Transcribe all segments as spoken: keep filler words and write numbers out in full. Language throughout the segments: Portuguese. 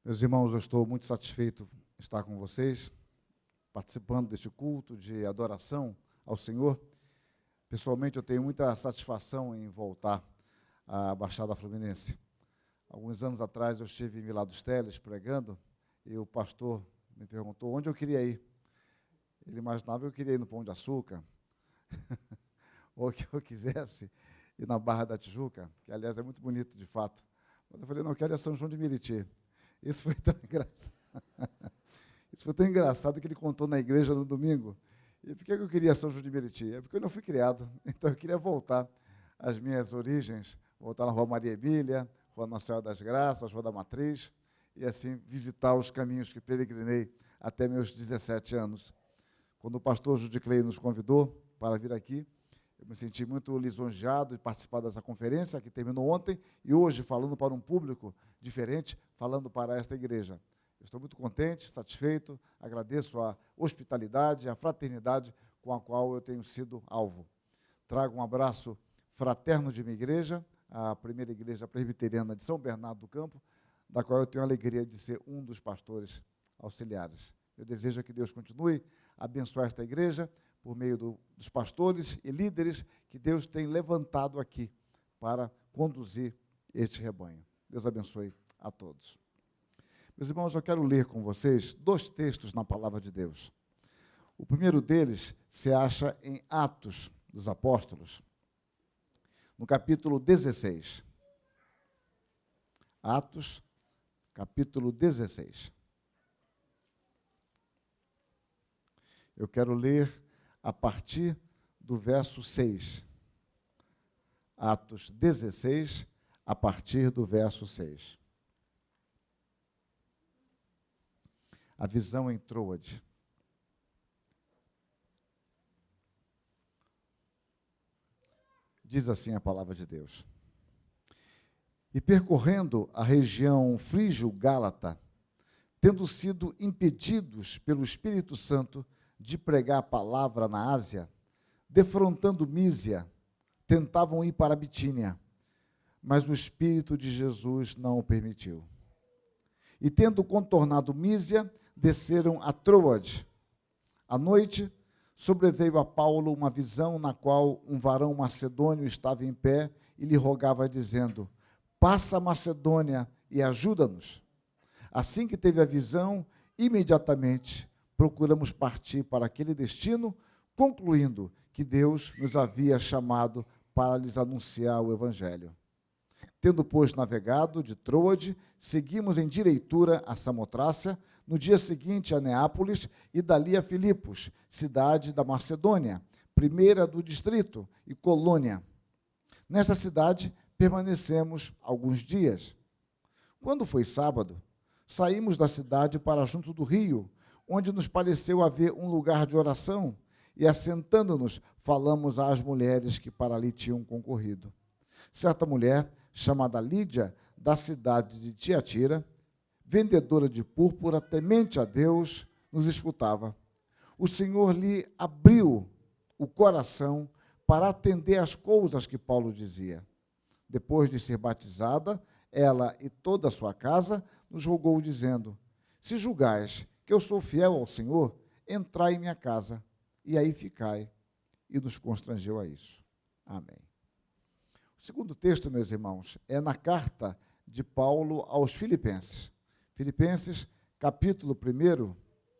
Meus irmãos, eu estou muito satisfeito de estar com vocês, participando deste culto de adoração ao Senhor. Pessoalmente, eu tenho muita satisfação em voltar à Baixada Fluminense. Alguns anos atrás, eu estive em Vila dos Teles pregando, e o pastor me perguntou onde eu queria ir. Ele imaginava que eu queria ir no Pão de Açúcar, ou que eu quisesse ir na Barra da Tijuca, que, aliás, é muito bonito, de fato. Mas eu falei, não, eu quero ir a São João de Meriti. Isso foi tão engraçado. Isso foi tão engraçado que ele contou na igreja no domingo. E por que eu queria São João de Meriti? É porque eu não fui criado. Então, eu queria voltar às minhas origens, voltar na Rua Maria Emília, Rua Nossa Senhora das Graças, Rua da Matriz, e assim visitar os caminhos que peregrinei até meus dezessete anos. Quando o pastor Judiclei nos convidou para vir aqui, eu me senti muito lisonjeado de participar dessa conferência, que terminou ontem, e hoje, falando para um público diferente, falando para esta igreja. Eu estou muito contente, satisfeito, agradeço a hospitalidade, a fraternidade com a qual eu tenho sido alvo. Trago um abraço fraterno de minha igreja, a primeira igreja presbiteriana de São Bernardo do Campo, da qual eu tenho a alegria de ser um dos pastores auxiliares. Eu desejo que Deus continue a abençoar esta igreja, por meio do, dos pastores e líderes que Deus tem levantado aqui para conduzir este rebanho. Deus abençoe a todos. Meus irmãos, eu quero ler com vocês dois textos na Palavra de Deus. O primeiro deles se acha em Atos dos Apóstolos, no capítulo dezesseis. Atos, capítulo dezesseis. Eu quero ler a partir do verso seis. Atos dezesseis, a partir do verso seis. A visão em Troade. Diz assim a palavra de Deus. E percorrendo a região frígio-gálata, tendo sido impedidos pelo Espírito Santo de pregar a palavra na Ásia, defrontando Mísia, tentavam ir para a Bitínia, mas o Espírito de Jesus não o permitiu. E tendo contornado Mísia, desceram a Troade. À noite, sobreveio a Paulo uma visão na qual um varão macedônio estava em pé e lhe rogava, dizendo: passa a Macedônia e ajuda-nos. Assim que teve a visão, imediatamente procuramos partir para aquele destino, concluindo que Deus nos havia chamado para lhes anunciar o Evangelho. Tendo, pois, navegado de Troade, seguimos em direitura a Samotrácia, no dia seguinte a Neápolis e dali a Filipos, cidade da Macedônia, primeira do distrito e colônia. Nesta cidade permanecemos alguns dias. Quando foi sábado, saímos da cidade para junto do rio, onde nos pareceu haver um lugar de oração, e assentando-nos, falamos às mulheres que para ali tinham concorrido. Certa mulher, chamada Lídia, da cidade de Tiatira, vendedora de púrpura, temente a Deus, nos escutava. O Senhor lhe abriu o coração para atender às coisas que Paulo dizia. Depois de ser batizada, ela e toda a sua casa nos rogou, dizendo: se julgais que eu sou fiel ao Senhor, entrai em minha casa, e aí ficai. E nos constrangeu a isso. Amém. O segundo texto, meus irmãos, é na carta de Paulo aos Filipenses. Filipenses, capítulo primeiro,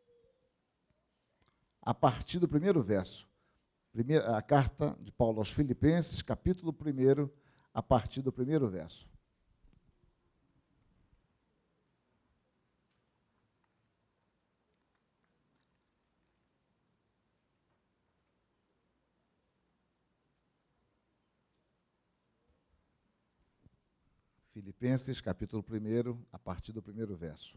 a partir do primeiro verso. Primeira, a carta de Paulo aos Filipenses, capítulo primeiro, a partir do primeiro verso. Filipenses, capítulo primeiro, a partir do primeiro verso.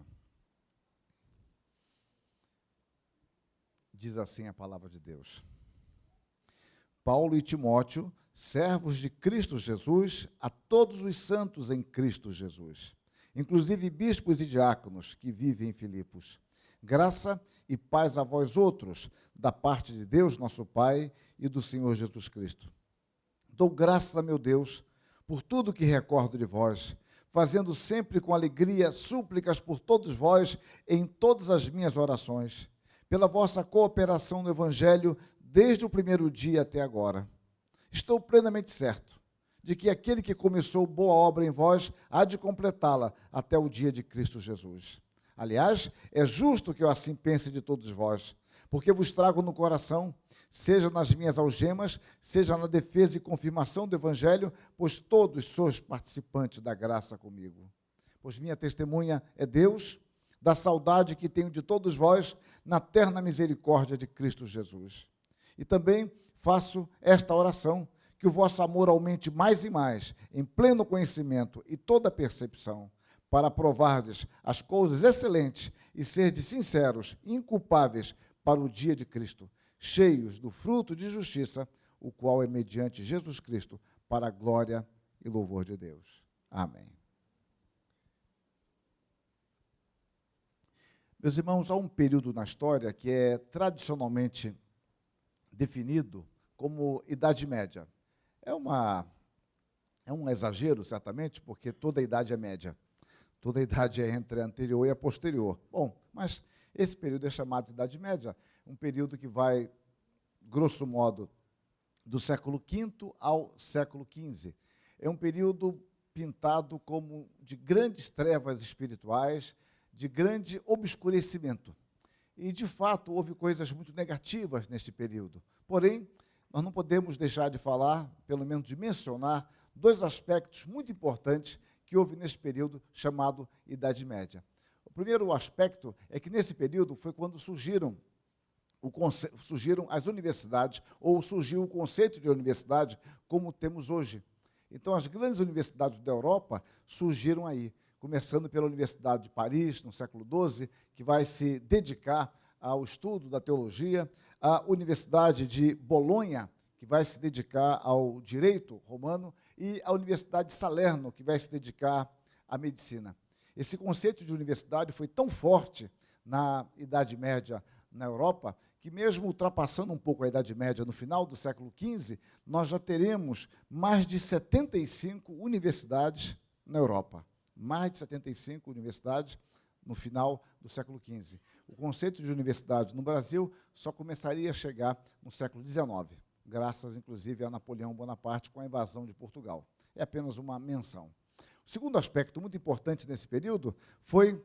Diz assim a palavra de Deus. Paulo e Timóteo, servos de Cristo Jesus, a todos os santos em Cristo Jesus, inclusive bispos e diáconos que vivem em Filipos. Graça e paz a vós outros, da parte de Deus, nosso Pai, e do Senhor Jesus Cristo. Dou graças a meu Deus por tudo que recordo de vós, fazendo sempre com alegria súplicas por todos vós em todas as minhas orações, pela vossa cooperação no Evangelho desde o primeiro dia até agora. Estou plenamente certo de que aquele que começou boa obra em vós há de completá-la até o dia de Cristo Jesus. Aliás, é justo que eu assim pense de todos vós, porque vos trago no coração, seja nas minhas algemas, seja na defesa e confirmação do Evangelho, pois todos sois participantes da graça comigo. Pois minha testemunha é Deus, da saudade que tenho de todos vós, na terna misericórdia de Cristo Jesus. E também faço esta oração, que o vosso amor aumente mais e mais, em pleno conhecimento e toda percepção, para provar-lhes as coisas excelentes e serdes sinceros, inculpáveis para o dia de Cristo, cheios do fruto de justiça, o qual é mediante Jesus Cristo, para a glória e louvor de Deus. Amém. Meus irmãos, há um período na história que é tradicionalmente definido como Idade Média. É, uma, é um exagero, certamente, porque toda idade é média. Toda idade é entre a anterior e a posterior. Bom, mas esse período é chamado de Idade Média, um período que vai, grosso modo, do século quinto ao século quinze. É um período pintado como de grandes trevas espirituais, de grande obscurecimento. E, de fato, houve coisas muito negativas neste período. Porém, nós não podemos deixar de falar, pelo menos de mencionar, dois aspectos muito importantes que houve nesse período chamado Idade Média. O primeiro aspecto é que, nesse período, foi quando surgiram, o conce- surgiram as universidades, ou surgiu o conceito de universidade como temos hoje. Então, as grandes universidades da Europa surgiram aí, começando pela Universidade de Paris, no século doze, que vai se dedicar ao estudo da teologia, a Universidade de Bolonha, que vai se dedicar ao direito romano, e a Universidade de Salerno, que vai se dedicar à medicina. Esse conceito de universidade foi tão forte na Idade Média na Europa, que mesmo ultrapassando um pouco a Idade Média no final do século quinze, nós já teremos mais de setenta e cinco universidades na Europa. Mais de setenta e cinco universidades no final do século quinze. O conceito de universidade no Brasil só começaria a chegar no século dezenove, graças, inclusive, a Napoleão Bonaparte com a invasão de Portugal. É apenas uma menção. O segundo aspecto muito importante nesse período foi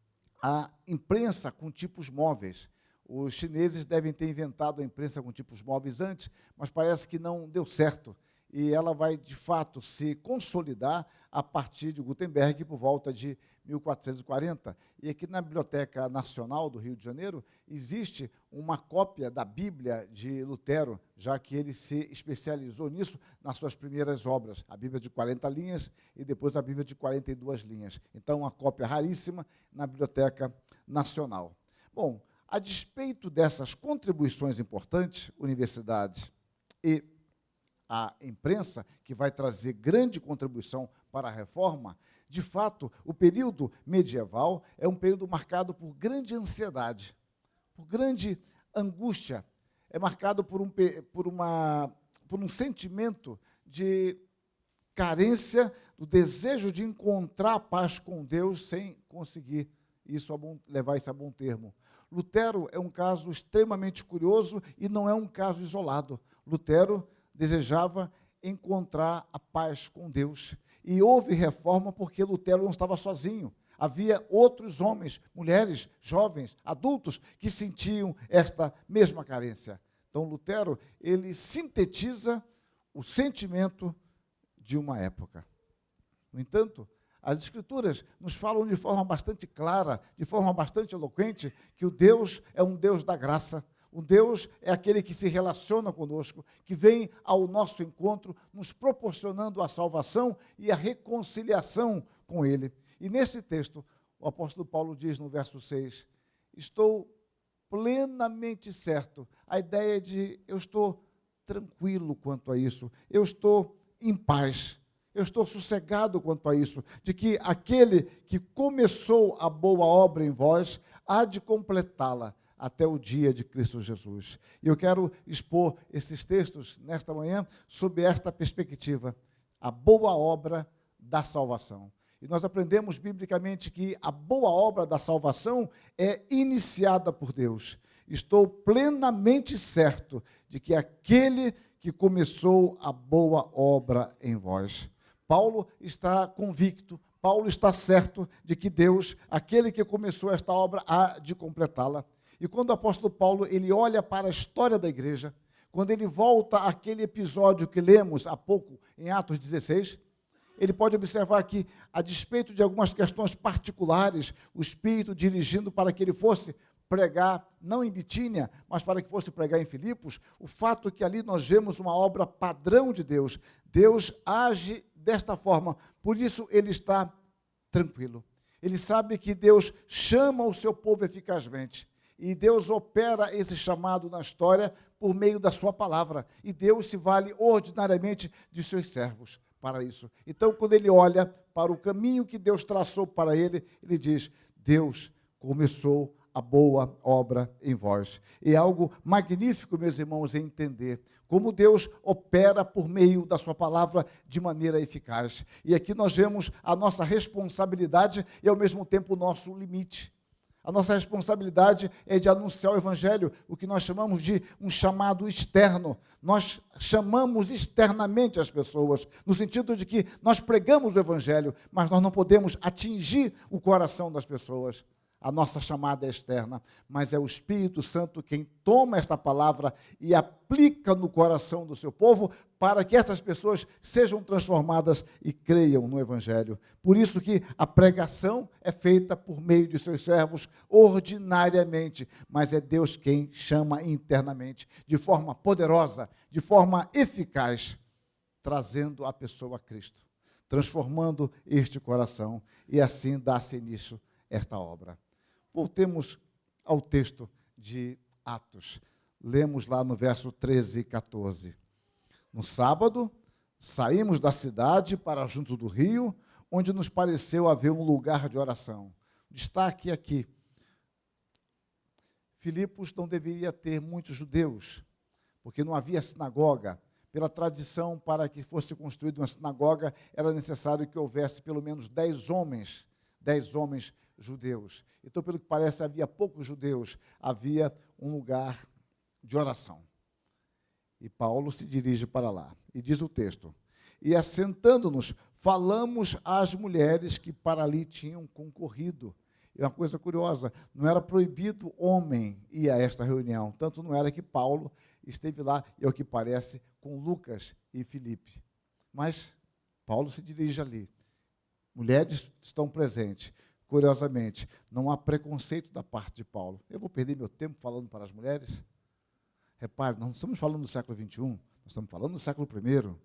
a imprensa com tipos móveis. Os chineses devem ter inventado a imprensa com tipos móveis antes, mas parece que não deu certo. E ela vai, de fato, se consolidar a partir de Gutenberg por volta de mil quatrocentos e quarenta. E aqui na Biblioteca Nacional do Rio de Janeiro existe uma cópia da Bíblia de Lutero, já que ele se especializou nisso nas suas primeiras obras, a Bíblia de quarenta linhas e depois a Bíblia de quarenta e duas linhas. Então, uma cópia raríssima na Biblioteca Nacional. Bom, a despeito dessas contribuições importantes, universidades e a imprensa, que vai trazer grande contribuição para a reforma, de fato, o período medieval é um período marcado por grande ansiedade, por grande angústia, é marcado por um, por uma, por um sentimento de carência, do desejo de encontrar a paz com Deus sem conseguir isso a bom, levar isso a bom termo. Lutero é um caso extremamente curioso e não é um caso isolado. Lutero desejava encontrar a paz com Deus. E houve reforma porque Lutero não estava sozinho. Havia outros homens, mulheres, jovens, adultos, que sentiam esta mesma carência. Então, Lutero, ele sintetiza o sentimento de uma época. No entanto, as Escrituras nos falam de forma bastante clara, de forma bastante eloquente, que o Deus é um Deus da graça. O Deus é aquele que se relaciona conosco, que vem ao nosso encontro, nos proporcionando a salvação e a reconciliação com Ele. E nesse texto, o apóstolo Paulo diz no verso seis, estou plenamente certo. A ideia de eu estou tranquilo quanto a isso, eu estou em paz, eu estou sossegado quanto a isso, de que aquele que começou a boa obra em vós há de completá-la até o dia de Cristo Jesus. E eu quero expor esses textos nesta manhã sob esta perspectiva, a boa obra da salvação. E nós aprendemos biblicamente que a boa obra da salvação é iniciada por Deus. Estou plenamente certo de que aquele que começou a boa obra em vós. Paulo está convicto, Paulo está certo de que Deus, aquele que começou esta obra, há de completá-la. E quando o apóstolo Paulo ele olha para a história da igreja, quando ele volta àquele episódio que lemos há pouco, em Atos dezesseis, ele pode observar que, a despeito de algumas questões particulares, o Espírito dirigindo para que ele fosse pregar, não em Bitínia, mas para que fosse pregar em Filipos, o fato é que ali nós vemos uma obra padrão de Deus. Deus age desta forma, por isso ele está tranquilo. Ele sabe que Deus chama o seu povo eficazmente, e Deus opera esse chamado na história por meio da sua palavra, e Deus se vale ordinariamente de seus servos para isso. Então, quando ele olha para o caminho que Deus traçou para ele, ele diz, Deus começou a boa obra em vós. E é algo magnífico, meus irmãos, em entender como Deus opera por meio da sua palavra de maneira eficaz. E aqui nós vemos a nossa responsabilidade e, ao mesmo tempo, o nosso limite. A nossa responsabilidade é de anunciar o Evangelho, o que nós chamamos de um chamado externo. Nós chamamos externamente as pessoas, no sentido de que nós pregamos o Evangelho, mas nós não podemos atingir o coração das pessoas. A nossa chamada é externa, mas é o Espírito Santo quem toma esta palavra e aplica no coração do seu povo para que estas pessoas sejam transformadas e creiam no Evangelho. Por isso que a pregação é feita por meio de seus servos ordinariamente, mas é Deus quem chama internamente, de forma poderosa, de forma eficaz, trazendo a pessoa a Cristo, transformando este coração, e assim dá-se início a esta obra. Voltemos ao texto de Atos. Lemos lá no verso treze e catorze. No sábado, saímos da cidade para junto do rio, onde nos pareceu haver um lugar de oração. Destaque aqui. Filipos não deveria ter muitos judeus, porque não havia sinagoga. Pela tradição, para que fosse construída uma sinagoga, era necessário que houvesse pelo menos dez homens, dez homens judeus. Então, pelo que parece, havia poucos judeus, havia um lugar de oração. E Paulo se dirige para lá, e diz o texto, e assentando-nos, falamos às mulheres que para ali tinham concorrido. E uma coisa curiosa, não era proibido homem ir a esta reunião, tanto não era que Paulo esteve lá, e ao que parece, com Lucas e Filipe. Mas Paulo se dirige ali. Mulheres estão presentes. Curiosamente, não há preconceito da parte de Paulo. Eu vou perder meu tempo falando para as mulheres? Repare, nós não estamos falando do século vinte e um, nós estamos falando do século primeiro.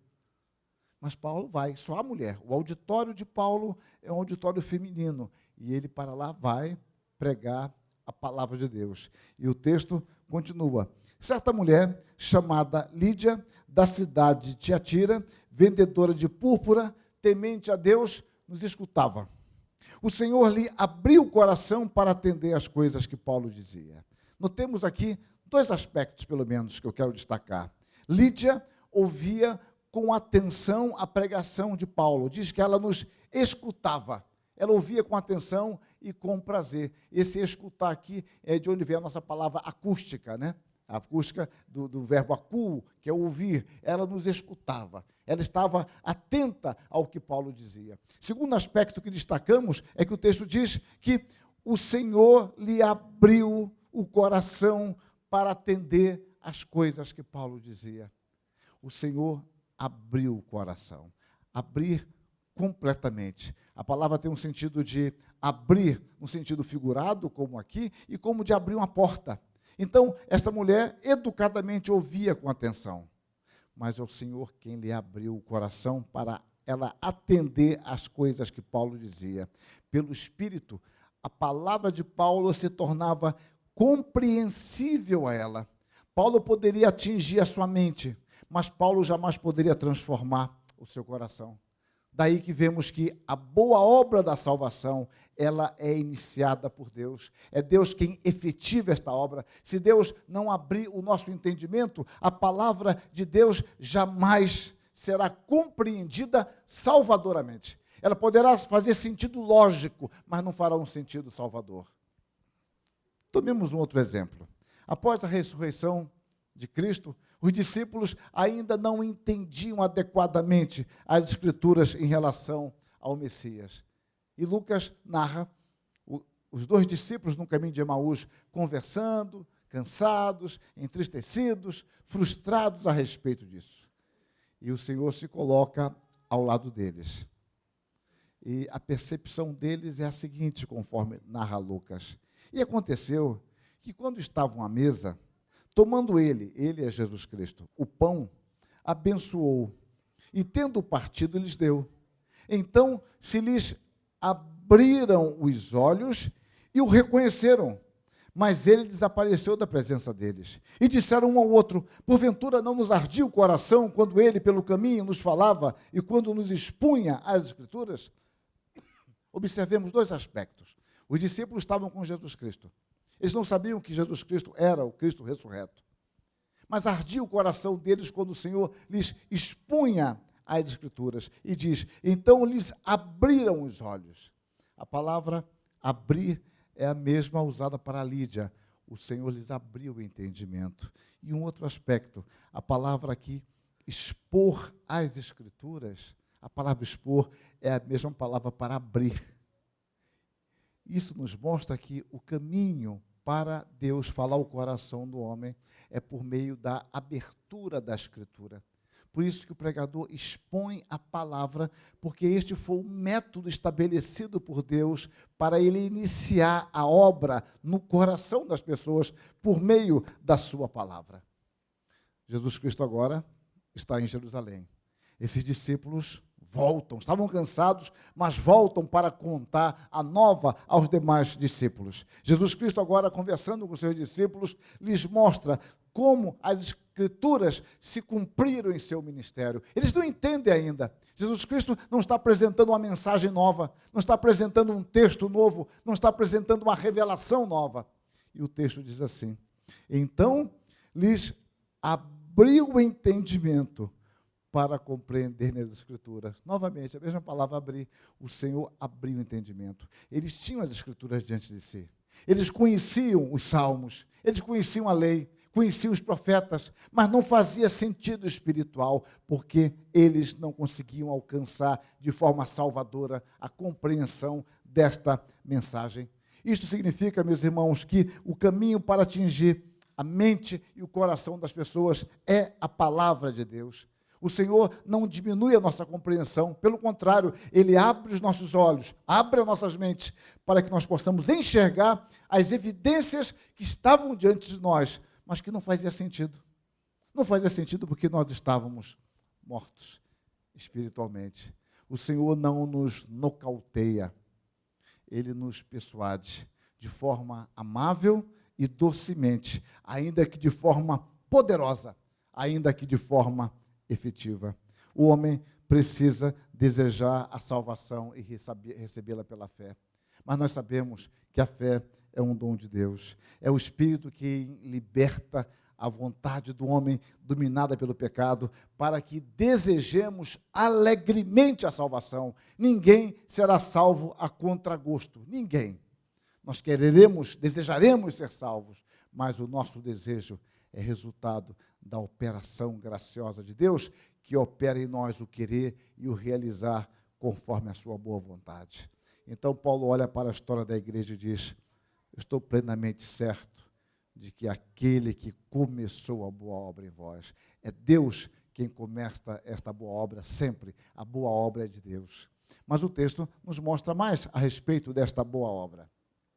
Mas Paulo vai, só a mulher. O auditório de Paulo é um auditório feminino. E ele para lá vai pregar a palavra de Deus. E o texto continua. Certa mulher, chamada Lídia, da cidade de Tiatira, vendedora de púrpura, temente a Deus, nos escutava. O Senhor lhe abriu o coração para atender as coisas que Paulo dizia. Notemos aqui dois aspectos, pelo menos, que eu quero destacar. Lídia ouvia com atenção a pregação de Paulo. Diz que ela nos escutava. Ela ouvia com atenção e com prazer. Esse escutar aqui é de onde vem a nossa palavra acústica, né? A acústica do, do verbo acu, que é ouvir. Ela nos escutava. Ela estava atenta ao que Paulo dizia. Segundo aspecto que destacamos é que o texto diz que o Senhor lhe abriu o coração para atender as coisas que Paulo dizia. O Senhor abriu o coração. Abrir completamente. A palavra tem um sentido de abrir, no sentido figurado, como aqui, e como de abrir uma porta. Então, esta mulher educadamente ouvia com atenção, mas é o Senhor quem lhe abriu o coração para ela atender às coisas que Paulo dizia. Pelo Espírito, a palavra de Paulo se tornava compreensível a ela. Paulo poderia atingir a sua mente, mas Paulo jamais poderia transformar o seu coração. Daí que vemos que a boa obra da salvação, ela é iniciada por Deus. É Deus quem efetiva esta obra. Se Deus não abrir o nosso entendimento, a palavra de Deus jamais será compreendida salvadoramente. ela poderá fazer sentido lógico, mas não fará um sentido salvador. Tomemos um outro exemplo. Após a ressurreição de Cristo, os discípulos ainda não entendiam adequadamente as Escrituras em relação ao Messias. E Lucas narra o, os dois discípulos no caminho de Emaús conversando, cansados, entristecidos, frustrados a respeito disso. E o Senhor se coloca ao lado deles. E a percepção deles é a seguinte, conforme narra Lucas. E aconteceu que quando estavam à mesa, tomando ele, ele é Jesus Cristo, o pão, abençoou, e tendo partido, lhes deu. Então se lhes abriram os olhos e o reconheceram, mas ele desapareceu da presença deles. E disseram um ao outro, porventura não nos ardia o coração quando ele pelo caminho nos falava e quando nos expunha as Escrituras? Observemos dois aspectos. Os discípulos estavam com Jesus Cristo. Eles não sabiam que Jesus Cristo era o Cristo ressurreto. Mas ardia o coração deles quando o Senhor lhes expunha as Escrituras. E diz, então lhes abriram os olhos. A palavra abrir é a mesma usada para a Lídia. O Senhor lhes abriu o entendimento. E um outro aspecto, a palavra aqui, expor as Escrituras, a palavra expor é a mesma palavra para abrir. Isso nos mostra que o caminho para Deus falar o coração do homem é por meio da abertura da Escritura. Por isso que o pregador expõe a palavra, porque este foi o método estabelecido por Deus para ele iniciar a obra no coração das pessoas por meio da sua palavra. Jesus Cristo agora está em Jerusalém. Esses discípulos voltam, estavam cansados, mas voltam para contar a nova aos demais discípulos. Jesus Cristo agora, conversando com seus discípulos, lhes mostra como as Escrituras se cumpriram em seu ministério. Eles não entendem ainda. Jesus Cristo não está apresentando uma mensagem nova, não está apresentando um texto novo, não está apresentando uma revelação nova. E o texto diz assim, então lhes abriu o entendimento para compreender as Escrituras. Novamente, a mesma palavra abrir. O Senhor abriu o entendimento. Eles tinham as Escrituras diante de si. Eles conheciam os salmos, eles conheciam a lei, conheciam os profetas, mas não fazia sentido espiritual, porque eles não conseguiam alcançar de forma salvadora a compreensão desta mensagem. Isto significa, meus irmãos, que o caminho para atingir a mente e o coração das pessoas é a palavra de Deus. O Senhor não diminui a nossa compreensão, pelo contrário, Ele abre os nossos olhos, abre as nossas mentes, para que nós possamos enxergar as evidências que estavam diante de nós, mas que não fazia sentido. Não fazia sentido porque nós estávamos mortos espiritualmente. O Senhor não nos nocauteia, Ele nos persuade de forma amável e docemente, ainda que de forma poderosa, ainda que de forma efetiva. O homem precisa desejar a salvação e recebê-la pela fé. Mas nós sabemos que a fé é um dom de Deus. É o Espírito que liberta a vontade do homem dominada pelo pecado, para que desejemos alegremente a salvação. Ninguém será salvo a contragosto. Ninguém. Nós quereremos, desejaremos ser salvos, mas o nosso desejo é resultado da operação graciosa de Deus, que opera em nós o querer e o realizar conforme a sua boa vontade. Então, Paulo olha para a história da igreja e diz, estou plenamente certo de que aquele que começou a boa obra em vós, é Deus quem começa esta boa obra sempre, a boa obra é de Deus. Mas o texto nos mostra mais a respeito desta boa obra.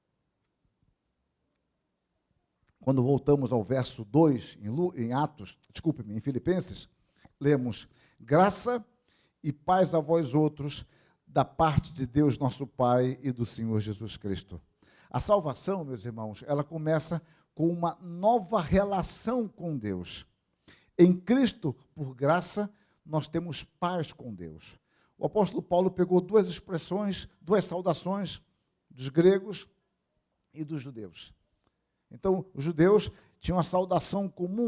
Quando voltamos ao verso dois, em, Lu, em Atos, desculpe-me, em Filipenses, lemos, graça e paz a vós outros, da parte de Deus nosso Pai e do Senhor Jesus Cristo. A salvação, meus irmãos, ela começa com uma nova relação com Deus. Em Cristo, por graça, nós temos paz com Deus. O apóstolo Paulo pegou duas expressões, duas saudações dos gregos e dos judeus. Então, os judeus tinham a saudação comum,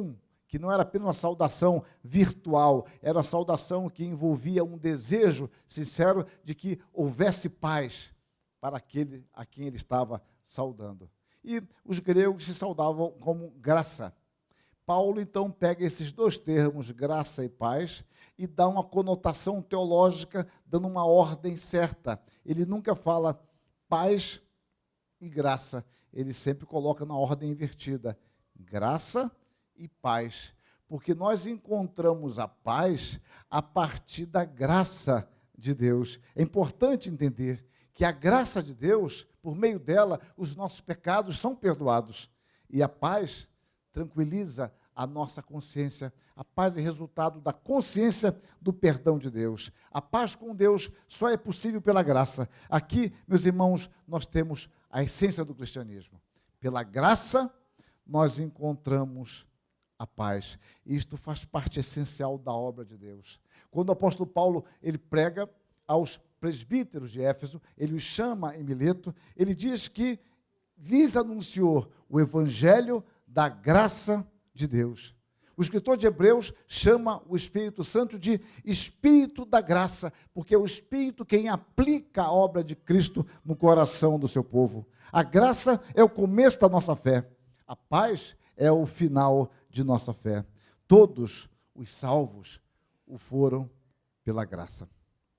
que não era apenas uma saudação virtual, era uma saudação que envolvia um desejo sincero de que houvesse paz para aquele a quem ele estava saudando. E os gregos se saudavam como graça. Paulo, então, pega esses dois termos, graça e paz, e dá uma conotação teológica, dando uma ordem certa. Ele nunca fala paz e graça, ele sempre coloca na ordem invertida, graça e paz, porque nós encontramos a paz a partir da graça de Deus. É importante entender que a graça de Deus, por meio dela, os nossos pecados são perdoados, e a paz tranquiliza a nossa consciência. A paz é resultado da consciência do perdão de Deus. A paz com Deus só é possível pela graça. Aqui, meus irmãos, nós temos a essência do cristianismo. Pela graça, nós encontramos a paz. Isto faz parte essencial da obra de Deus. Quando o apóstolo Paulo ele prega aos presbíteros de Éfeso, ele os chama em Mileto, ele diz que lhes anunciou o evangelho da graça de Deus. O escritor de Hebreus chama o Espírito Santo de Espírito da graça, porque é o Espírito quem aplica a obra de Cristo no coração do seu povo. A graça é o começo da nossa fé, a paz é o final de nossa fé. Todos os salvos o foram pela graça.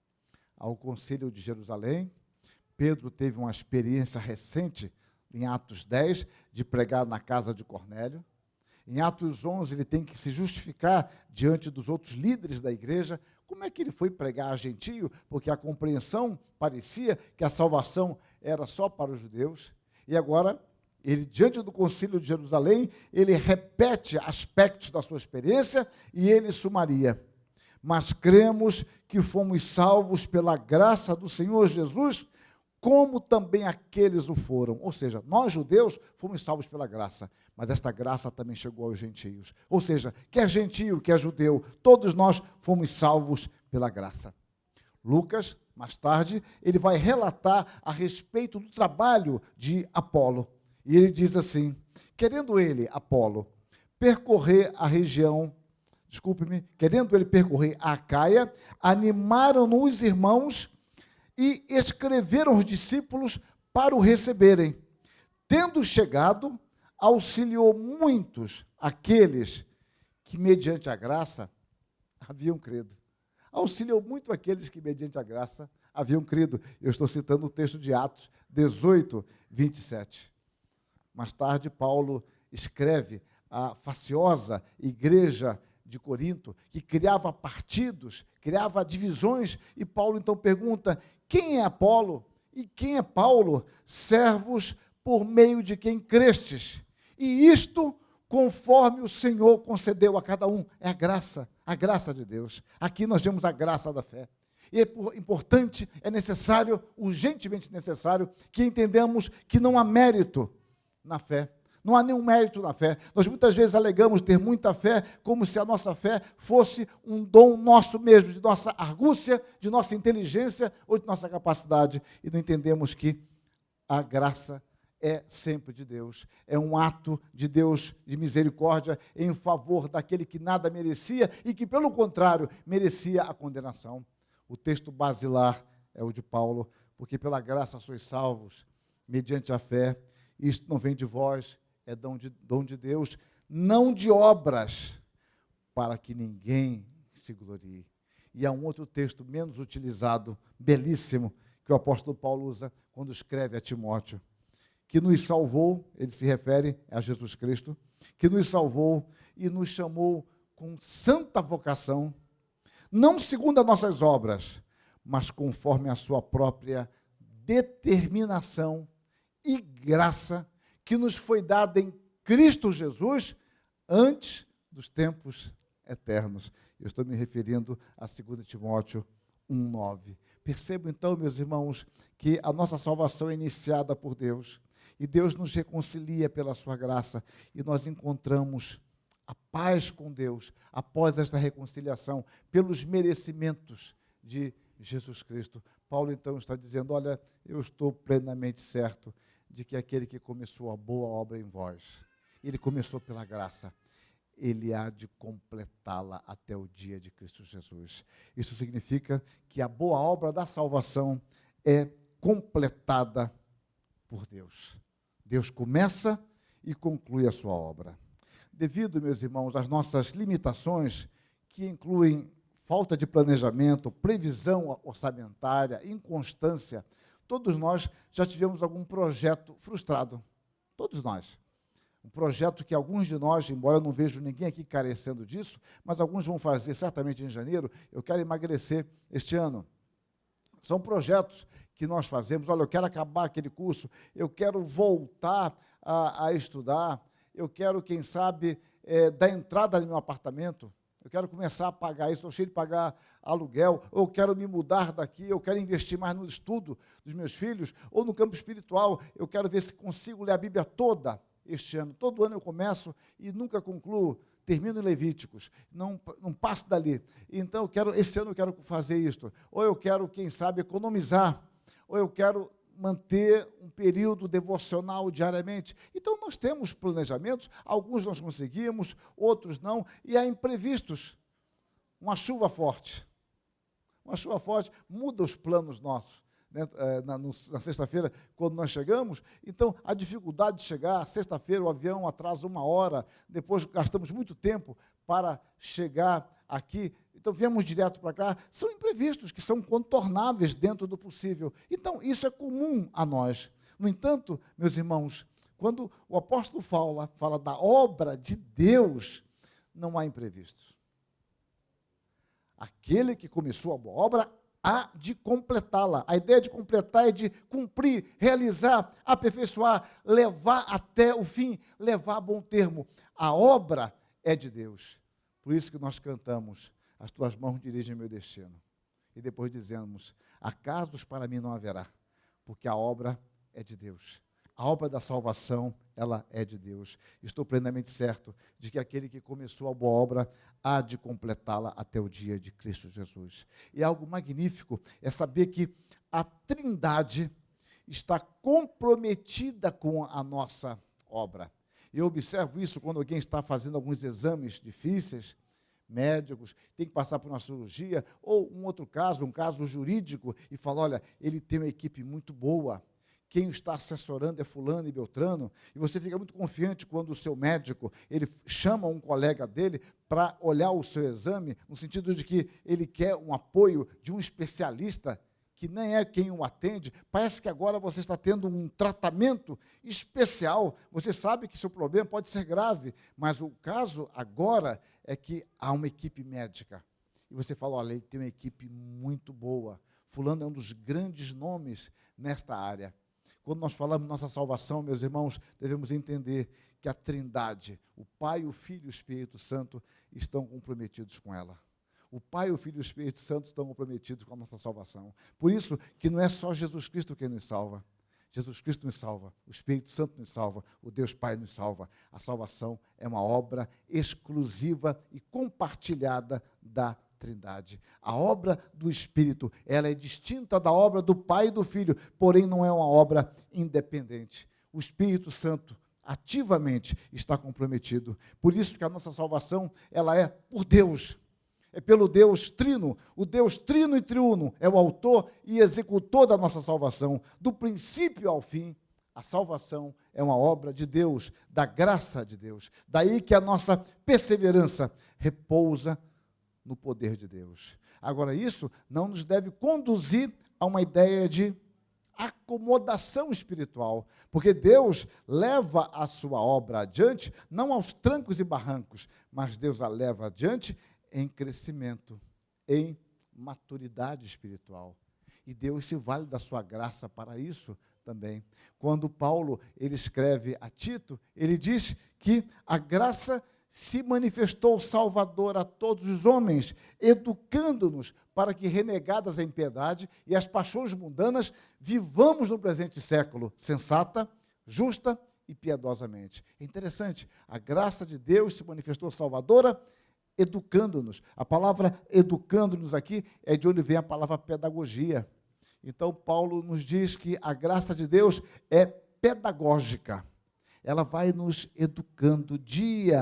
Ao Concílio de Jerusalém, Pedro teve uma experiência recente, em Atos dez, de pregar na casa de Cornélio. Em Atos onze, ele tem que se justificar diante dos outros líderes da igreja. Como é que ele foi pregar a gentio? Porque a compreensão parecia que a salvação era só para os judeus. E agora, ele, diante do Concílio de Jerusalém, ele repete aspectos da sua experiência e ele sumaria. Mas cremos que fomos salvos pela graça do Senhor Jesus, como também aqueles o foram. Ou seja, nós judeus fomos salvos pela graça, mas esta graça também chegou aos gentios. Ou seja, quer gentio, quer judeu, todos nós fomos salvos pela graça. Lucas, mais tarde, ele vai relatar a respeito do trabalho de Apolo. E ele diz assim, querendo ele, Apolo, percorrer a região, desculpe-me, querendo ele percorrer a Acaia, animaram-no os irmãos e escreveram os discípulos para o receberem. Tendo chegado, auxiliou muitos aqueles que, mediante a graça, haviam crido. Auxiliou muito aqueles que, mediante a graça, haviam crido. Eu estou citando o texto de Atos dezoito, vinte e sete. Mais tarde, Paulo escreve a faciosa igreja de Corinto, que criava partidos, criava divisões, e Paulo então pergunta, quem é Apolo e quem é Paulo? Servos por meio de quem crestes. E isto conforme o Senhor concedeu a cada um. É a graça, a graça de Deus. Aqui nós temos a graça da fé. E é importante, é necessário, urgentemente necessário, que entendamos que não há mérito na fé. Não há nenhum mérito na fé. Nós muitas vezes alegamos ter muita fé, como se a nossa fé fosse um dom nosso mesmo, de nossa argúcia, de nossa inteligência ou de nossa capacidade. E não entendemos que a graça é sempre de Deus. É um ato de Deus de misericórdia em favor daquele que nada merecia e que, pelo contrário, merecia a condenação. O texto basilar é o de Paulo, porque pela graça sois salvos, mediante a fé. Isto não vem de vós, é dom de, dom de Deus, não de obras, para que ninguém se glorie. E há um outro texto menos utilizado, belíssimo, que o apóstolo Paulo usa quando escreve a Timóteo, que nos salvou, ele se refere a Jesus Cristo, que nos salvou e nos chamou com santa vocação, não segundo as nossas obras, mas conforme a sua própria determinação e graça, que nos foi dada em Cristo Jesus antes dos tempos eternos. Eu estou me referindo a dois Timóteo um, nove. Percebam então, meus irmãos, que a nossa salvação é iniciada por Deus, e Deus nos reconcilia pela sua graça, e nós encontramos a paz com Deus após esta reconciliação, pelos merecimentos de Jesus Cristo. Paulo então está dizendo, olha, eu estou plenamente certo de que aquele que começou a boa obra em vós, ele começou pela graça, Ele há de completá-la até o dia de Cristo Jesus. Isso significa que a boa obra da salvação é completada por Deus. Deus começa e conclui a sua obra. Devido, meus irmãos, às nossas limitações, que incluem falta de planejamento, previsão orçamentária, inconstância, todos nós já tivemos algum projeto frustrado. Todos nós. Um projeto que alguns de nós, embora eu não vejo ninguém aqui carecendo disso, mas alguns vão fazer certamente em janeiro. Eu quero emagrecer este ano. São projetos que nós fazemos. Olha, eu quero acabar aquele curso, eu quero voltar a, a estudar, eu quero, quem sabe, é, dar entrada no meu apartamento, eu quero começar a pagar isso, estou cheio de pagar aluguel, ou eu quero me mudar daqui, eu quero investir mais no estudo dos meus filhos, ou no campo espiritual, eu quero ver se consigo ler a Bíblia toda este ano. Todo ano eu começo e nunca concluo, termino em Levíticos, não, não passo dali. Então, eu quero, esse ano eu quero fazer isto, ou eu quero, quem sabe, economizar, ou eu quero manter um período devocional diariamente. Então, nós temos planejamentos, alguns nós conseguimos, outros não, e há imprevistos. Uma chuva forte. Uma chuva forte muda os planos nossos. Né, na, na sexta-feira, quando nós chegamos, então a dificuldade de chegar, sexta-feira o avião atrasa uma hora, depois gastamos muito tempo para chegar aqui, então viemos direto para cá, são imprevistos que são contornáveis dentro do possível. Então, isso é comum a nós. No entanto, meus irmãos, quando o apóstolo fala, fala da obra de Deus, não há imprevistos. Aquele que começou a boa obra há de completá-la. A ideia de completar é de cumprir, realizar, aperfeiçoar, levar até o fim, levar a bom termo. A obra é de Deus. Por isso que nós cantamos, as tuas mãos dirigem meu destino. E depois dizemos, acasos para mim não haverá, porque a obra é de Deus. A obra da salvação, ela é de Deus. Estou plenamente certo de que aquele que começou a boa obra há de completá-la até o dia de Cristo Jesus. E algo magnífico é saber que a Trindade está comprometida com a nossa obra. Eu observo isso quando alguém está fazendo alguns exames difíceis, médicos, tem que passar por uma cirurgia, ou um outro caso, um caso jurídico, e fala, olha, ele tem uma equipe muito boa, quem o está assessorando é fulano e beltrano, e você fica muito confiante quando o seu médico, ele chama um colega dele para olhar o seu exame, no sentido de que ele quer um apoio de um especialista, que nem é quem o atende. Parece que agora você está tendo um tratamento especial, você sabe que seu problema pode ser grave, mas o caso agora é que há uma equipe médica, e você fala, olha, ele tem uma equipe muito boa, fulano é um dos grandes nomes nesta área. Quando nós falamos nossa salvação, meus irmãos, devemos entender que a Trindade, o Pai, o Filho e o Espírito Santo, estão comprometidos com ela. O Pai, o Filho e o Espírito Santo estão comprometidos com a nossa salvação. Por isso que não é só Jesus Cristo quem nos salva. Jesus Cristo nos salva, o Espírito Santo nos salva, o Deus Pai nos salva. A salvação é uma obra exclusiva e compartilhada da Trindade. A obra do Espírito, ela é distinta da obra do Pai e do Filho, porém não é uma obra independente. O Espírito Santo ativamente está comprometido. Por isso que a nossa salvação, ela é por Deus. É pelo Deus Trino. O Deus Trino e Triuno é o autor e executor da nossa salvação. Do princípio ao fim, a salvação é uma obra de Deus, da graça de Deus. Daí que a nossa perseverança repousa no poder de Deus. Agora, isso não nos deve conduzir a uma ideia de acomodação espiritual, porque Deus leva a sua obra adiante, não aos trancos e barrancos, mas Deus a leva adiante em crescimento, em maturidade espiritual. E Deus se vale da sua graça para isso também. Quando Paulo, ele escreve a Tito, ele diz que a graça se manifestou salvadora a todos os homens, educando-nos para que, renegadas a impiedade e as paixões mundanas, vivamos no presente século, sensata, justa e piedosamente. É interessante, a graça de Deus se manifestou salvadora, educando-nos. A palavra educando-nos aqui é de onde vem a palavra pedagogia. Então, Paulo nos diz que a graça de Deus é pedagógica. Ela vai nos educando dia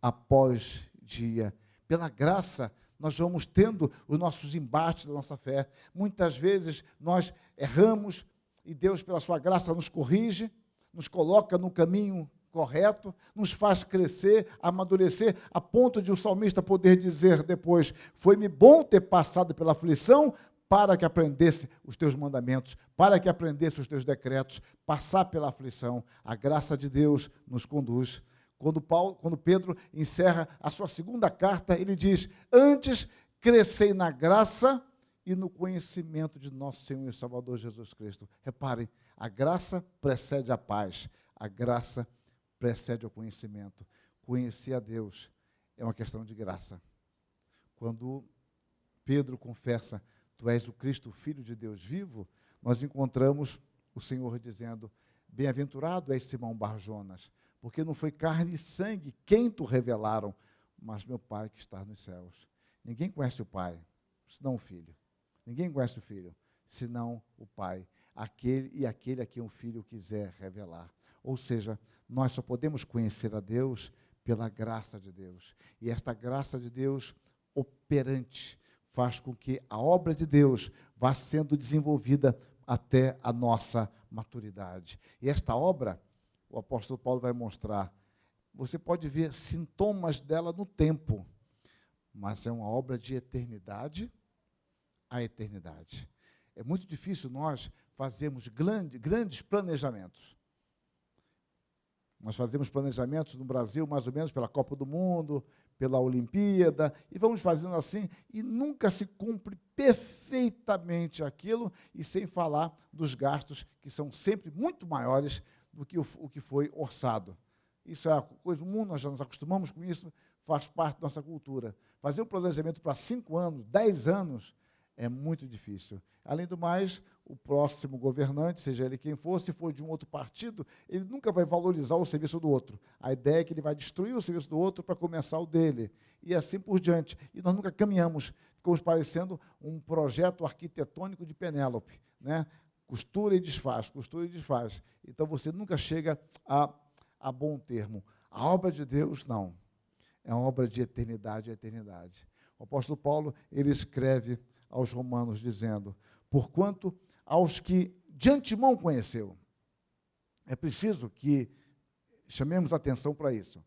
após dia. Pela graça, nós vamos tendo os nossos embates da nossa fé. Muitas vezes nós erramos e Deus, pela sua graça, nos corrige, nos coloca no caminho correto, nos faz crescer, amadurecer, a ponto de o salmista poder dizer depois: foi-me bom ter passado pela aflição, para que aprendesse os teus mandamentos, para que aprendesse os teus decretos, passar pela aflição. A graça de Deus nos conduz. Quando, Paulo, quando Pedro encerra a sua segunda carta, ele diz: antes crescei na graça e no conhecimento de nosso Senhor e Salvador Jesus Cristo. Reparem, a graça precede a paz, a graça precede o conhecimento. Conhecer a Deus é uma questão de graça. Quando Pedro confessa: tu és o Cristo, o Filho de Deus vivo, nós encontramos o Senhor dizendo: bem-aventurado és Simão Barjonas, porque não foi carne e sangue quem tu revelaram, mas meu Pai que está nos céus. Ninguém conhece o Pai, senão o Filho. Ninguém conhece o Filho, senão o Pai, aquele e aquele a quem o Filho quiser revelar. Ou seja, nós só podemos conhecer a Deus pela graça de Deus. E esta graça de Deus operante faz com que a obra de Deus vá sendo desenvolvida até a nossa maturidade. E esta obra, o apóstolo Paulo vai mostrar, você pode ver sintomas dela no tempo, mas é uma obra de eternidade a eternidade. É muito difícil nós fazermos grande, grandes planejamentos. Nós fazemos planejamentos no Brasil, mais ou menos, pela Copa do Mundo, pela Olimpíada, e vamos fazendo assim, e nunca se cumpre perfeitamente aquilo, e sem falar dos gastos, que são sempre muito maiores do que o, o que foi orçado. Isso é a coisa do mundo, nós já nos acostumamos com isso, faz parte da nossa cultura. Fazer um planejamento para cinco anos, dez anos, é muito difícil. Além do mais, o próximo governante, seja ele quem for, se for de um outro partido, ele nunca vai valorizar o serviço do outro. A ideia é que ele vai destruir o serviço do outro para começar o dele, e assim por diante. E nós nunca caminhamos, ficamos parecendo um projeto arquitetônico de Penélope, né? Costura e desfaz, costura e desfaz. Então você nunca chega a, a bom termo. A obra de Deus, não. É uma obra de eternidade a eternidade. O apóstolo Paulo, ele escreve aos romanos, dizendo: porquanto aos que de antemão conheceu. É preciso que chamemos atenção para isso.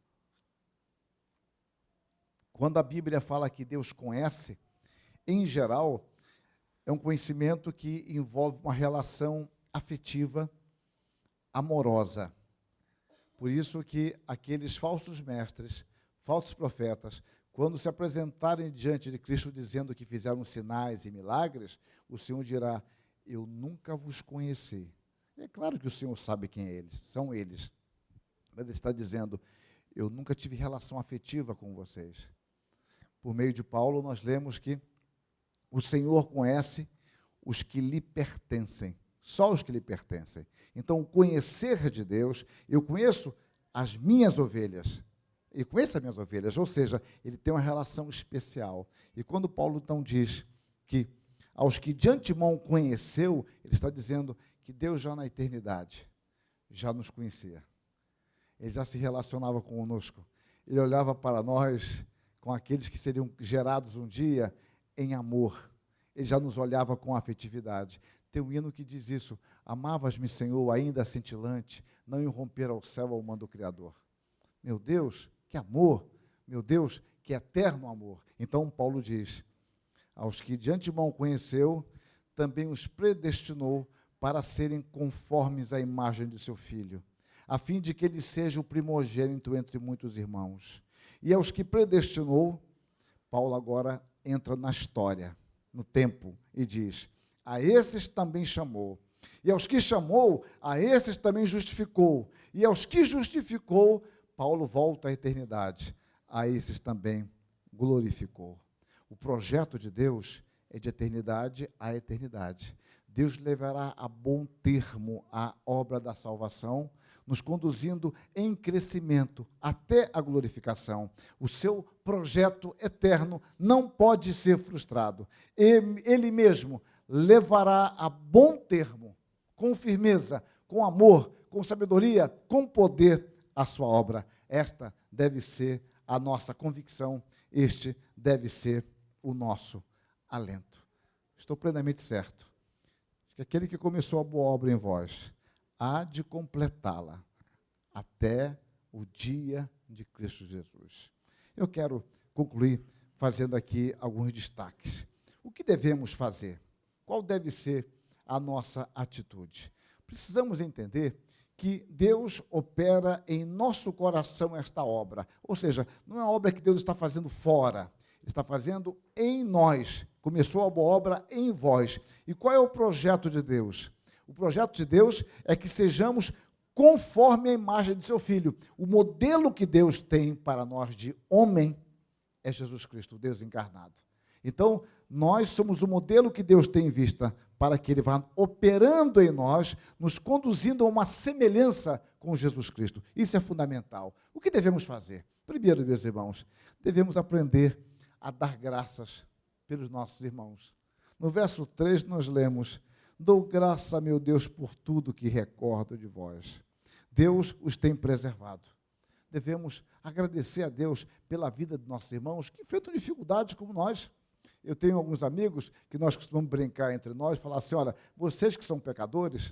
Quando a Bíblia fala que Deus conhece, em geral, é um conhecimento que envolve uma relação afetiva, amorosa. Por isso que aqueles falsos mestres, falsos profetas, quando se apresentarem diante de Cristo dizendo que fizeram sinais e milagres, o Senhor dirá: eu nunca vos conheci. É claro que o Senhor sabe quem é eles, são eles. Mas ele está dizendo: eu nunca tive relação afetiva com vocês. Por meio de Paulo, nós lemos que o Senhor conhece os que lhe pertencem, só os que lhe pertencem. Então, o conhecer de Deus, eu conheço as minhas ovelhas, e conheço as minhas ovelhas, ou seja, ele tem uma relação especial. E quando Paulo então diz que aos que de antemão conheceu, ele está dizendo que Deus já na eternidade já nos conhecia. Ele já se relacionava conosco. Ele olhava para nós, com aqueles que seriam gerados um dia, em amor. Ele já nos olhava com afetividade. Tem um hino que diz isso: amavas-me, Senhor, ainda cintilante, não irromper ao céu ao mando do Criador. Meu Deus, que amor! Meu Deus, que eterno amor! Então Paulo diz: aos que de antemão conheceu, também os predestinou para serem conformes à imagem de seu Filho, a fim de que ele seja o primogênito entre muitos irmãos. E aos que predestinou, Paulo agora entra na história, no tempo, e diz: a esses também chamou, e aos que chamou, a esses também justificou, e aos que justificou, Paulo volta à eternidade, a esses também glorificou. O projeto de Deus é de eternidade a eternidade. Deus levará a bom termo a obra da salvação, nos conduzindo em crescimento até a glorificação. O seu projeto eterno não pode ser frustrado. Ele mesmo levará a bom termo, com firmeza, com amor, com sabedoria, com poder, a sua obra. Esta deve ser a nossa convicção, este deve ser o nosso alento. Estou plenamente certo que aquele que começou a boa obra em vós há de completá-la até o dia de Cristo Jesus. Eu quero concluir fazendo aqui alguns destaques. O que devemos fazer? Qual deve ser a nossa atitude? Precisamos entender que Deus opera em nosso coração esta obra. Ou seja, não é uma obra que Deus está fazendo fora, Ele está fazendo em nós. Começou a boa obra em vós. E qual é o projeto de Deus? O projeto de Deus é que sejamos conforme a imagem de seu Filho. O modelo que Deus tem para nós de homem é Jesus Cristo, Deus encarnado. Então, nós somos o modelo que Deus tem em vista para que Ele vá operando em nós, nos conduzindo a uma semelhança com Jesus Cristo. Isso é fundamental. O que devemos fazer? Primeiro, meus irmãos, devemos aprender a dar graças pelos nossos irmãos. No verso três nós lemos: dou graça, meu Deus, por tudo que recordo de vós. Deus os tem preservado. Devemos agradecer a Deus pela vida de nossos irmãos que enfrentam dificuldades como nós. Eu tenho alguns amigos que nós costumamos brincar entre nós, falar assim: olha, vocês que são pecadores,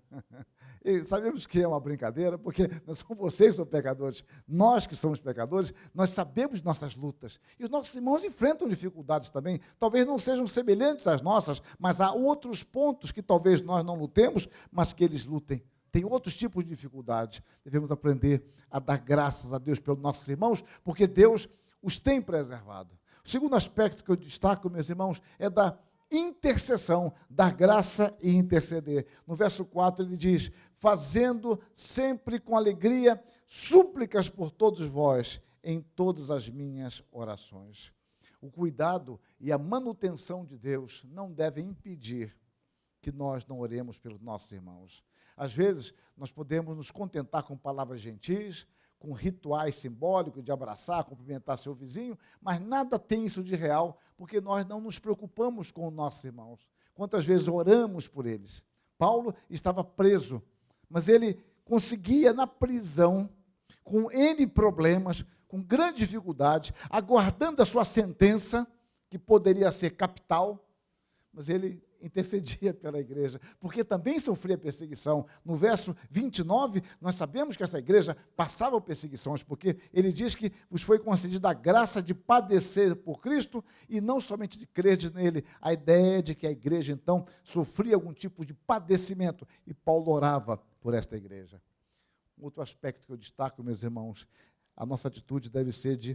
e sabemos que é uma brincadeira, porque não são vocês que são pecadores, nós que somos pecadores, nós sabemos nossas lutas, e os nossos irmãos enfrentam dificuldades também, talvez não sejam semelhantes às nossas, mas há outros pontos que talvez nós não lutemos, mas que eles lutem. Tem outros tipos de dificuldades. Devemos aprender a dar graças a Deus pelos nossos irmãos, porque Deus os tem preservado. O segundo aspecto que eu destaco, meus irmãos, é da intercessão, dar graça e interceder. No verso quatro ele diz: fazendo sempre com alegria súplicas por todos vós, em todas as minhas orações. O cuidado e a manutenção de Deus não devem impedir que nós não oremos pelos nossos irmãos. Às vezes, nós podemos nos contentar com palavras gentis, com rituais simbólicos de abraçar, cumprimentar seu vizinho, mas nada tem isso de real, porque nós não nos preocupamos com os nossos irmãos. Quantas vezes oramos por eles? Paulo estava preso, mas ele conseguia na prisão, com N problemas, com grande dificuldade, aguardando a sua sentença, que poderia ser capital, mas ele intercedia pela igreja, porque também sofria perseguição. No verso vinte e nove, nós sabemos que essa igreja passava perseguições, porque ele diz que vos foi concedida a graça de padecer por Cristo e não somente de crer nele. A ideia é de que a igreja, então, sofria algum tipo de padecimento, e Paulo orava por esta igreja. Outro aspecto que eu destaco, meus irmãos, a nossa atitude deve ser de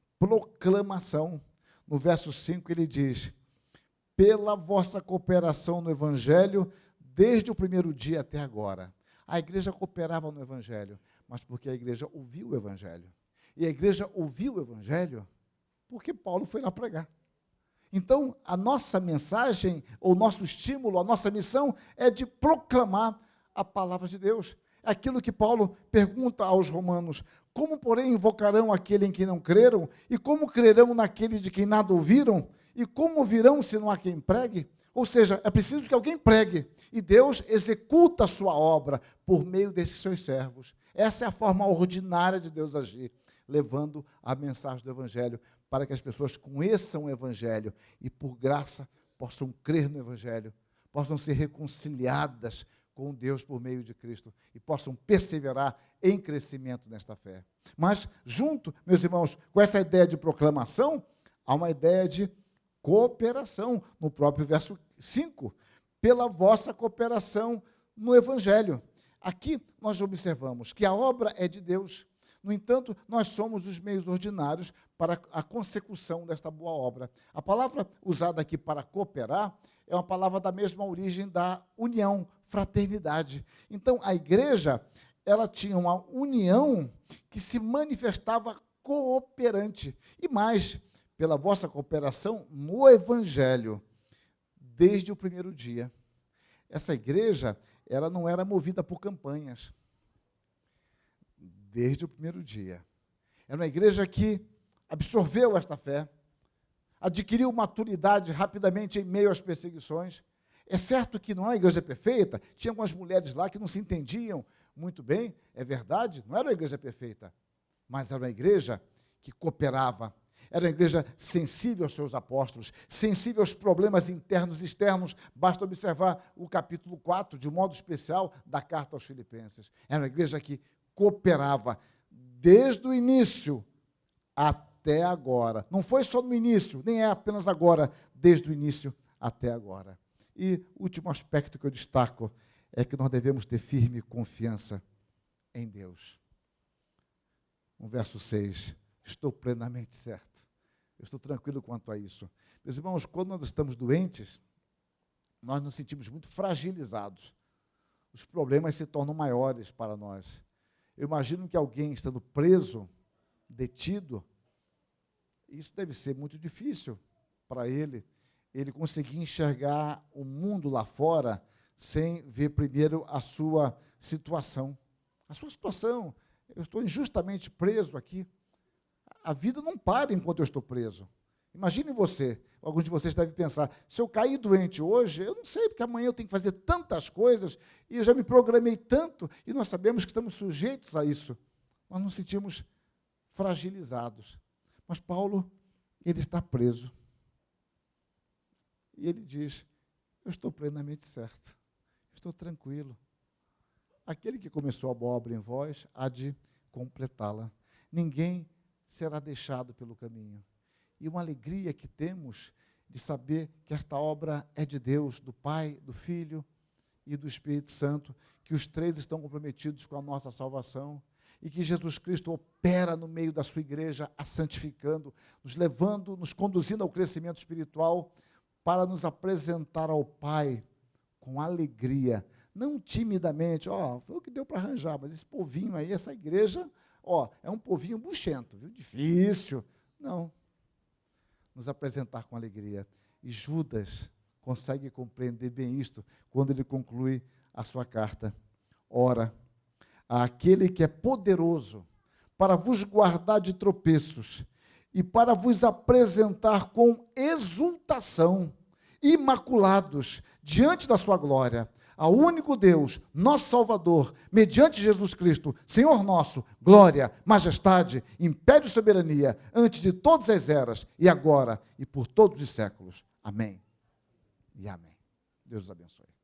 proclamação. No verso cinco ele diz: pela vossa cooperação no Evangelho, desde o primeiro dia até agora. A igreja cooperava no Evangelho, mas porque a igreja ouviu o Evangelho. E a igreja ouviu o Evangelho porque Paulo foi lá pregar. Então, a nossa mensagem, ou nosso estímulo, a nossa missão é de proclamar a palavra de Deus. Aquilo que Paulo pergunta aos romanos: como, porém, invocarão aquele em quem não creram? E como crerão naquele de quem nada ouviram? E como virão se não há quem pregue? Ou seja, é preciso que alguém pregue. E Deus executa a sua obra por meio desses seus servos. Essa é a forma ordinária de Deus agir, levando a mensagem do Evangelho para que as pessoas conheçam o Evangelho e, por graça, possam crer no Evangelho, possam ser reconciliadas com Deus por meio de Cristo e possam perseverar em crescimento nesta fé. Mas, junto, meus irmãos, com essa ideia de proclamação, há uma ideia de cooperação, no próprio verso cinco, pela vossa cooperação no Evangelho. Aqui nós observamos que a obra é de Deus, no entanto, nós somos os meios ordinários para a consecução desta boa obra. A palavra usada aqui para cooperar é uma palavra da mesma origem da união, fraternidade. Então, a igreja, ela tinha uma união que se manifestava cooperante. E mais, pela vossa cooperação no Evangelho, desde o primeiro dia. Essa igreja, ela não era movida por campanhas, desde o primeiro dia. Era uma igreja que absorveu esta fé, adquiriu maturidade rapidamente em meio às perseguições. É certo que não é uma igreja perfeita, tinha algumas mulheres lá que não se entendiam muito bem, é verdade, não era uma igreja perfeita, mas era uma igreja que cooperava. Era uma igreja sensível aos seus apóstolos, sensível aos problemas internos e externos. Basta observar o capítulo quatro, de um modo especial, da carta aos Filipenses. Era uma igreja que cooperava desde o início até agora. Não foi só no início, nem é apenas agora, desde o início até agora. E o último aspecto que eu destaco é que nós devemos ter firme confiança em Deus. No verso seis, estou plenamente certo. Eu estou tranquilo quanto a isso. Meus irmãos, quando nós estamos doentes, nós nos sentimos muito fragilizados. Os problemas se tornam maiores para nós. Eu imagino que alguém estando preso, detido, isso deve ser muito difícil para ele, ele conseguir enxergar o mundo lá fora sem ver primeiro a sua situação. A sua situação, eu estou injustamente preso aqui. A vida não para enquanto eu estou preso. Imagine você, alguns de vocês devem pensar, se eu cair doente hoje, eu não sei, porque amanhã eu tenho que fazer tantas coisas, e eu já me programei tanto, e nós sabemos que estamos sujeitos a isso. Nós nos sentimos fragilizados. Mas Paulo, ele está preso. E ele diz, eu estou plenamente certo, estou tranquilo. Aquele que começou a boa obra em vós, há de completá-la. Ninguém será deixado pelo caminho. E uma alegria que temos de saber que esta obra é de Deus, do Pai, do Filho e do Espírito Santo, que os três estão comprometidos com a nossa salvação, e que Jesus Cristo opera no meio da sua igreja, a santificando, nos levando, nos conduzindo ao crescimento espiritual, para nos apresentar ao Pai com alegria, não timidamente, ó, foi o que deu para arranjar, mas esse povinho aí, essa igreja, ó, é um povinho buchento, viu? Difícil. Não. Nos apresentar com alegria. E Judas consegue compreender bem isto quando ele conclui a sua carta. Ora, aquele que é poderoso para vos guardar de tropeços e para vos apresentar com exultação, imaculados, diante da sua glória, ao único Deus, nosso Salvador, mediante Jesus Cristo, Senhor nosso, glória, majestade, império e soberania, antes de todas as eras, e agora, e por todos os séculos. Amém e amém. Deus os abençoe.